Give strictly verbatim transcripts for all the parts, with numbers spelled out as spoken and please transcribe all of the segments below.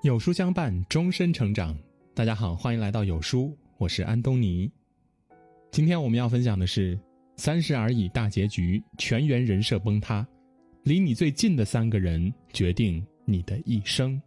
有书相伴，终身成长。大家好，欢迎来到有书，我是安东尼。今天我们要分享的是三十而已大结局，全员人设崩塌，离你最近的三个人决定你的一生。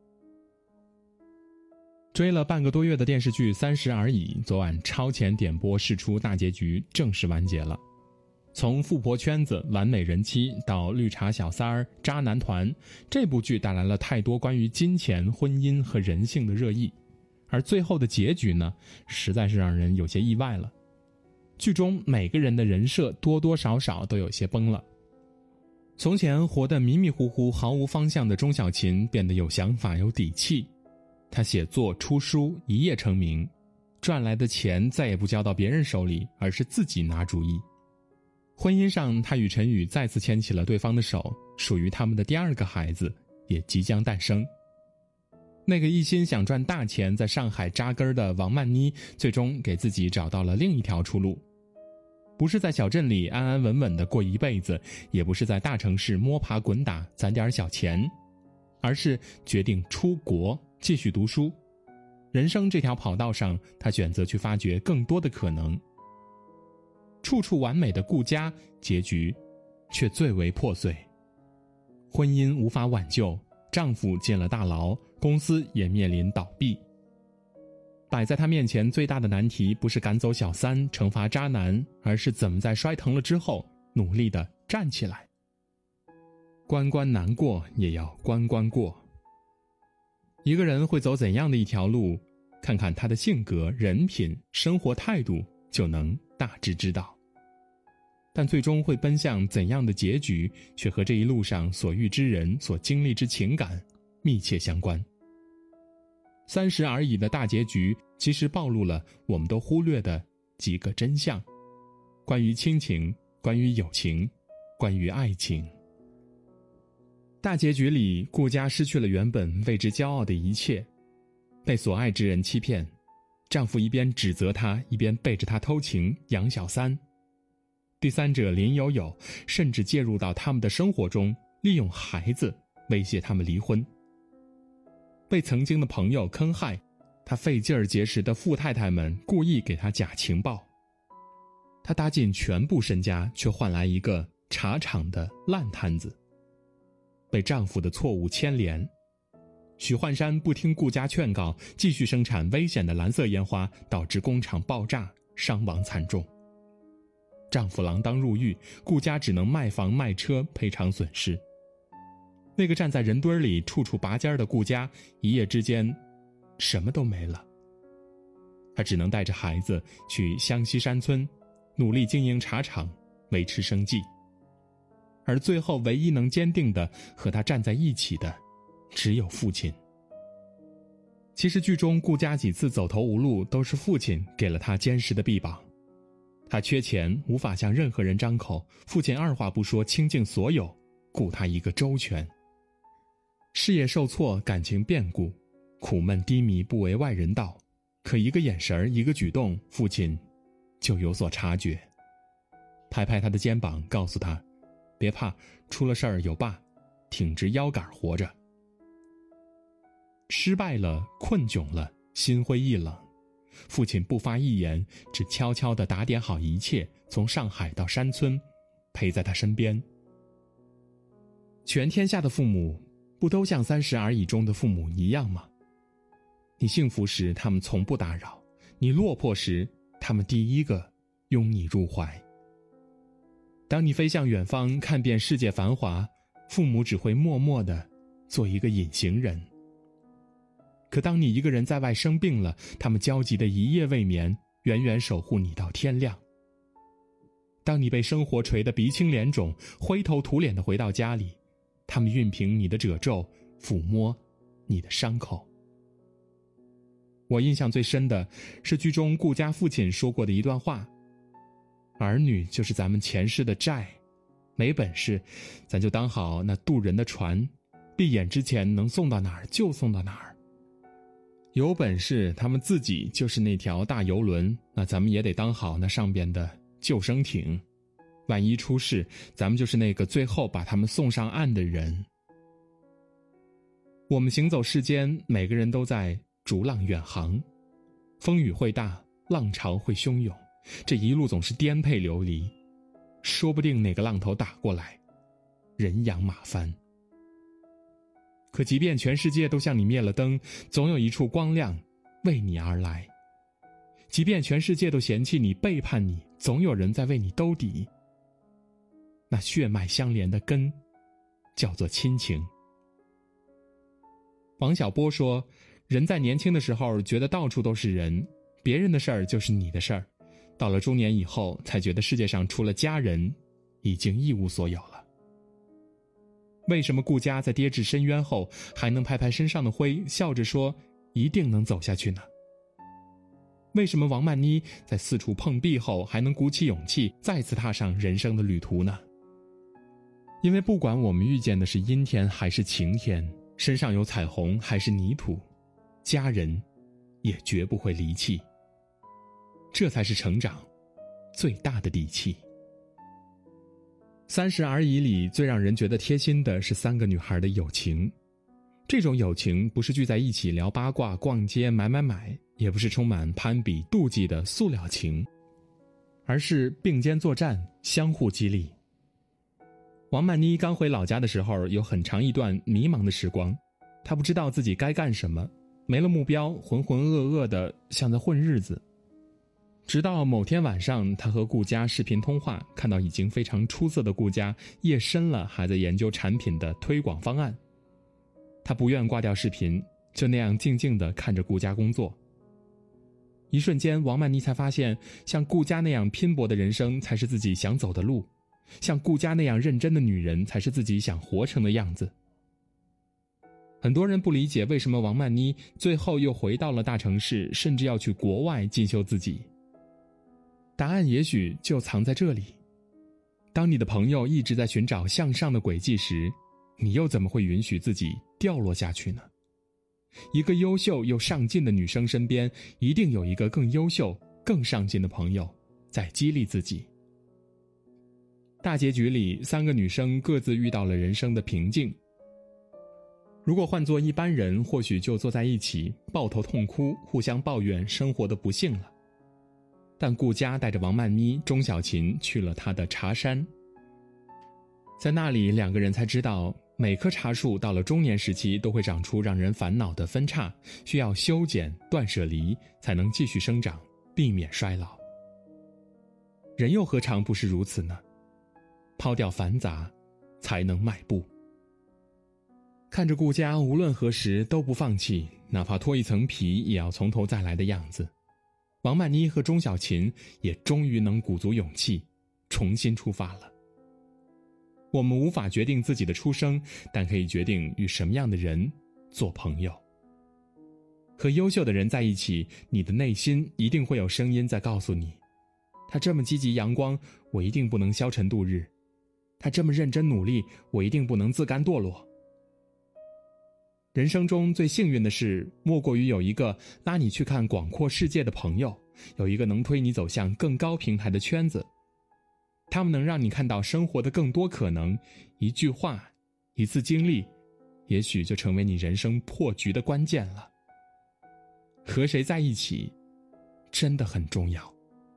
追了半个多月的电视剧《三十而已》，昨晚超前点播释出大结局正式完结了。从富婆圈子、完美人妻到绿茶小三儿、渣男团，这部剧带来了太多关于金钱、婚姻和人性的热议。而最后的结局呢，实在是让人有些意外了。剧中每个人的人设多多少少都有些崩了。从前活得迷迷糊糊、毫无方向的钟小琴变得有想法、有底气。她写作、出书，一夜成名，赚来的钱再也不交到别人手里，而是自己拿主意。婚姻上，他与陈宇再次牵起了对方的手，属于他们的第二个孩子也即将诞生。那个一心想赚大钱在上海扎根的王曼妮，最终给自己找到了另一条出路。不是在小镇里安安稳稳地过一辈子，也不是在大城市摸爬滚打攒点小钱，而是决定出国继续读书。人生这条跑道上，他选择去发掘更多的可能。处处完美的顾家，结局却最为破碎。婚姻无法挽救，丈夫进了大牢，公司也面临倒闭。摆在她面前最大的难题，不是赶走小三、惩罚渣男，而是怎么在摔疼了之后努力地站起来。关关难过，也要关关过。一个人会走怎样的一条路，看看他的性格、人品、生活态度，就能大致知道。但最终会奔向怎样的结局，却和这一路上所遇之人、所经历之情感密切相关。三十而已的大结局，其实暴露了我们都忽略的几个真相，关于亲情，关于友情，关于爱情。大结局里，顾家失去了原本为之骄傲的一切，被所爱之人欺骗，丈夫一边指责她，一边背着她偷情养小三。第三者林有有甚至介入到他们的生活中，利用孩子威胁他们离婚。被曾经的朋友坑害，他费劲儿结识的富太太们故意给他假情报。他搭尽全部身家，却换来一个茶厂的烂摊子。被丈夫的错误牵连，许幻山不听顾家劝告，继续生产危险的蓝色烟花，导致工厂爆炸，伤亡惨重。丈夫锒铛入狱，顾家只能卖房卖车赔偿损失。那个站在人堆里处处拔尖的顾家，一夜之间什么都没了。他只能带着孩子去湘西山村，努力经营茶厂，维持生计。而最后唯一能坚定的和他站在一起的，只有父亲。其实剧中顾家几次走投无路，都是父亲给了他坚实的臂膀。他缺钱，无法向任何人张口，父亲二话不说倾尽所有，顾他一个周全。事业受挫，感情变故，苦闷低迷不为外人道，可一个眼神，一个举动，父亲就有所察觉。拍拍他的肩膀，告诉他别怕，出了事儿有爸，挺直腰杆活着。失败了，困窘了，心灰意冷，父亲不发一言，只悄悄地打点好一切，从上海到山村，陪在他身边。全天下的父母，不都像三十而已中的父母一样吗？你幸福时，他们从不打扰；你落魄时，他们第一个拥你入怀。当你飞向远方，看遍世界繁华，父母只会默默地做一个隐形人。可当你一个人在外生病了，他们焦急的一夜未眠，远远守护你到天亮。当你被生活捶得鼻青脸肿，灰头土脸的回到家里，他们熨平你的褶皱，抚摸你的伤口。我印象最深的是剧中顾家父亲说过的一段话：儿女就是咱们前世的债，没本事咱就当好那渡人的船，闭眼之前能送到哪儿就送到哪儿。有本事他们自己就是那条大游轮，那咱们也得当好那上边的救生艇，万一出事，咱们就是那个最后把他们送上岸的人。 我们行走世间，每个人都在逐浪远航，风雨会大，浪潮会汹涌，这一路总是颠沛流离，说不定哪个浪头打过来，人仰马翻。可即便全世界都向你灭了灯，总有一处光亮为你而来。即便全世界都嫌弃你背叛你，总有人在为你兜底。那血脉相连的根叫做亲情。王小波说，人在年轻的时候觉得到处都是人，别人的事儿就是你的事儿，到了中年以后才觉得世界上除了家人已经一无所有了。为什么顾佳在跌至深渊后还能拍拍身上的灰，笑着说一定能走下去呢？为什么王曼妮在四处碰壁后还能鼓起勇气再次踏上人生的旅途呢？因为不管我们遇见的是阴天还是晴天，身上有彩虹还是泥土，家人也绝不会离弃。这才是成长最大的底气。三十而已里最让人觉得贴心的是三个女孩的友情。这种友情不是聚在一起聊八卦、逛街、买买买，也不是充满攀比、妒忌的塑料情，而是并肩作战，相互激励。王曼妮刚回老家的时候，有很长一段迷茫的时光，她不知道自己该干什么，没了目标，浑浑噩噩的像在混日子。直到某天晚上，他和顾佳视频通话，看到已经非常出色的顾佳夜深了还在研究产品的推广方案。他不愿挂掉视频，就那样静静地看着顾佳工作。一瞬间，王曼妮才发现，像顾佳那样拼搏的人生才是自己想走的路，像顾佳那样认真的女人才是自己想活成的样子。很多人不理解为什么王曼妮最后又回到了大城市，甚至要去国外进修自己。答案也许就藏在这里。当你的朋友一直在寻找向上的轨迹时，你又怎么会允许自己掉落下去呢？一个优秀又上进的女生身边，一定有一个更优秀、更上进的朋友在激励自己。大结局里，三个女生各自遇到了人生的瓶颈。如果换作一般人，或许就坐在一起抱头痛哭，互相抱怨生活的不幸了。但顾佳带着王曼妮、钟小琴去了她的茶山，在那里两个人才知道，每棵茶树到了中年时期都会长出让人烦恼的分叉，需要修剪、断舍离才能继续生长，避免衰老。人又何尝不是如此呢？抛掉繁杂，才能迈步。看着顾佳无论何时都不放弃，哪怕脱一层皮也要从头再来的样子，王曼妮和钟小琴也终于能鼓足勇气重新出发了。我们无法决定自己的出生，但可以决定与什么样的人做朋友。和优秀的人在一起，你的内心一定会有声音在告诉你，他这么积极阳光，我一定不能消沉度日；他这么认真努力，我一定不能自甘堕落。人生中最幸运的事，莫过于有一个拉你去看广阔世界的朋友，有一个能推你走向更高平台的圈子。他们能让你看到生活的更多可能，一句话，一次经历，也许就成为你人生破局的关键了。和谁在一起，真的很重要。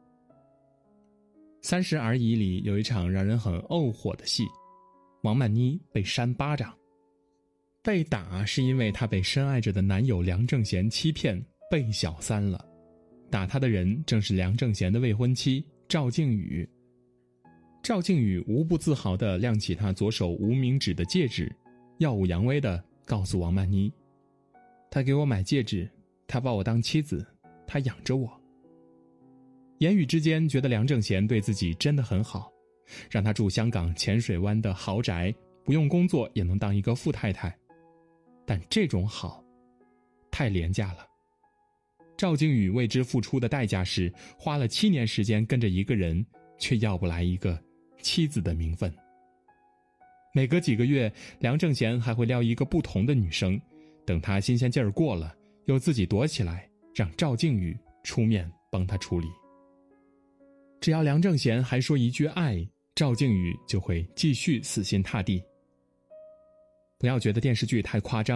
三十而已里有一场让人很怄火的戏，王曼妮被扇巴掌。被打是因为她被深爱着的男友梁正贤欺骗，被小三了。打她的人正是梁正贤的未婚妻赵静宇。赵静宇无不自豪地亮起她左手无名指的戒指，耀武扬威地告诉王曼妮，他给我买戒指，他把我当妻子，他养着我。言语之间觉得梁正贤对自己真的很好，让他住香港浅水湾的豪宅，不用工作也能当一个富太太。但这种好太廉价了。赵静宇为之付出的代价是花了七年时间跟着一个人，却要不来一个妻子的名分。每隔几个月，梁正贤还会撩一个不同的女生，等他新鲜劲儿过了，又自己躲起来，让赵静宇出面帮他处理。只要梁正贤还说一句爱，赵静宇就会继续死心塌地。不要觉得电视剧太夸张，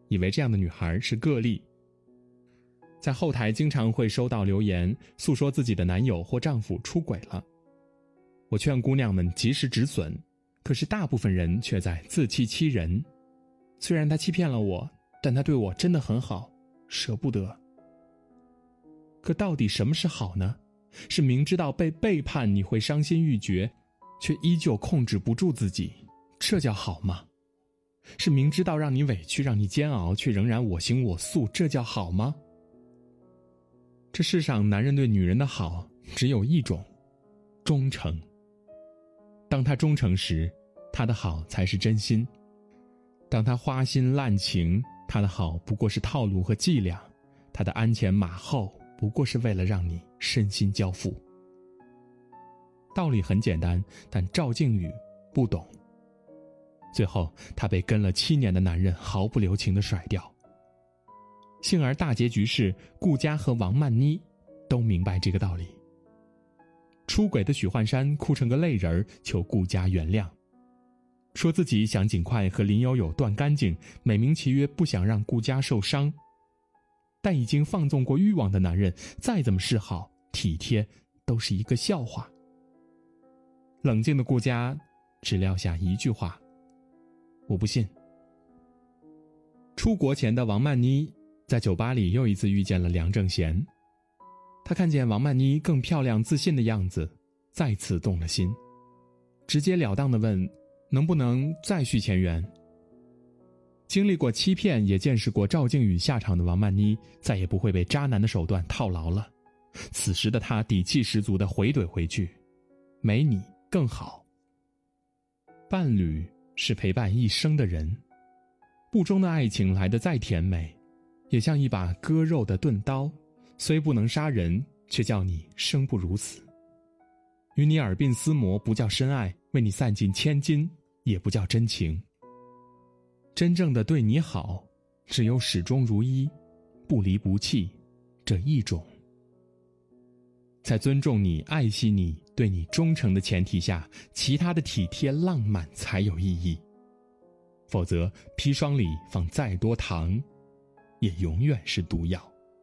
以为这样的女孩是个例。在后台经常会收到留言，诉说自己的男友或丈夫出轨了。我劝姑娘们及时止损，可是大部分人却在自欺欺人。虽然他欺骗了我，但他对我真的很好，舍不得。可到底什么是好呢？是明知道被背叛你会伤心欲绝，却依旧控制不住自己，这叫好吗？是明知道让你委屈，让你煎熬，却仍然我行我素，这叫好吗？这世上男人对女人的好只有一种，忠诚。当他忠诚时，他的好才是真心；当他花心滥情，他的好不过是套路和伎俩，他的鞍前马后不过是为了让你身心交付。道理很简单，但赵靖宇不懂。最后他被跟了七年的男人毫不留情地甩掉。幸而大结局是顾佳和王曼妮都明白这个道理。出轨的许幻山哭成个泪人，求顾佳原谅，说自己想尽快和林有有断干净，美名其曰不想让顾佳受伤。但已经放纵过欲望的男人，再怎么示好体贴都是一个笑话。冷静的顾佳只撂下一句话：我不信。出国前的王曼妮在酒吧里又一次遇见了梁正贤，他看见王曼妮更漂亮自信的样子，再次动了心，直截了当地问能不能再续前缘。经历过欺骗也见识过赵靖宇下场的王曼妮，再也不会被渣男的手段套牢了。此时的她底气十足地回怼回去：没你更好。伴侣是陪伴一生的人，不忠的爱情来得再甜美，也像一把割肉的钝刀，虽不能杀人，却叫你生不如死。与你耳鬓厮磨不叫深爱，为你散尽千金也不叫真情。真正的对你好，只有始终如一，不离不弃这一种。在尊重你、爱惜你、对你忠诚的前提下，其他的体贴浪漫才有意义。否则砒霜里放再多糖，也永远是毒药。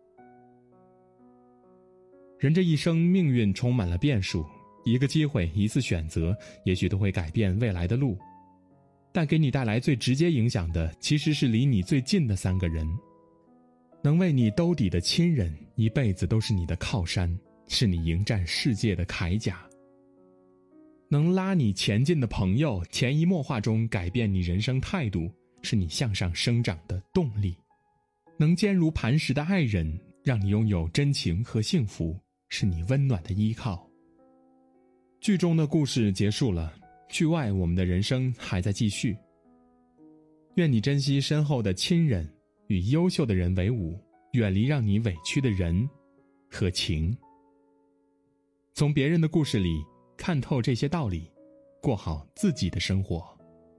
人这一生命运充满了变数，一个机会，一次选择，也许都会改变未来的路。但给你带来最直接影响的，其实是离你最近的三个人。能为你兜底的亲人，一辈子都是你的靠山，是你迎战世界的铠甲。能拉你前进的朋友，潜移默化中改变你人生态度，是你向上生长的动力。能坚如磐石的爱人，让你拥有真情和幸福，是你温暖的依靠。剧中的故事结束了，剧外我们的人生还在继续。愿你珍惜身后的亲人，与优秀的人为伍，远离让你委屈的人和情。从别人的故事里看透这些道理，过好自己的生活。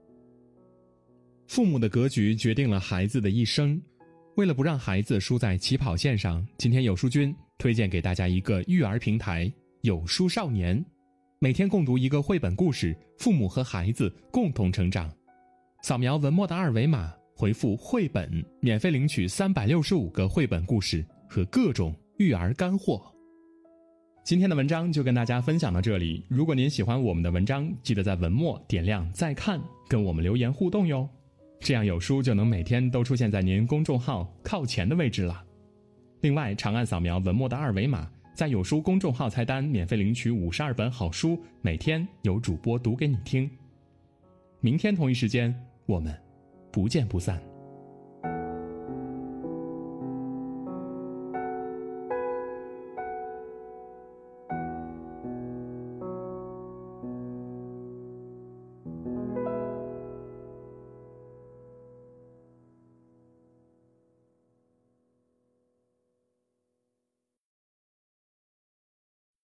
父母的格局决定了孩子的一生。为了不让孩子输在起跑线上，今天有书君推荐给大家一个育儿平台有书少年，每天共读一个绘本故事，父母和孩子共同成长。扫描文末的二维码，回复绘本，免费领取三百六十五个绘本故事和各种育儿干货。今天的文章就跟大家分享到这里，如果您喜欢我们的文章，记得在文末点亮再看，跟我们留言互动哟，这样有书就能每天都出现在您公众号靠前的位置了。另外，长按扫描文末的二维码，在有书公众号菜单免费领取五十二本好书，每天有主播读给你听。明天同一时间，我们不见不散。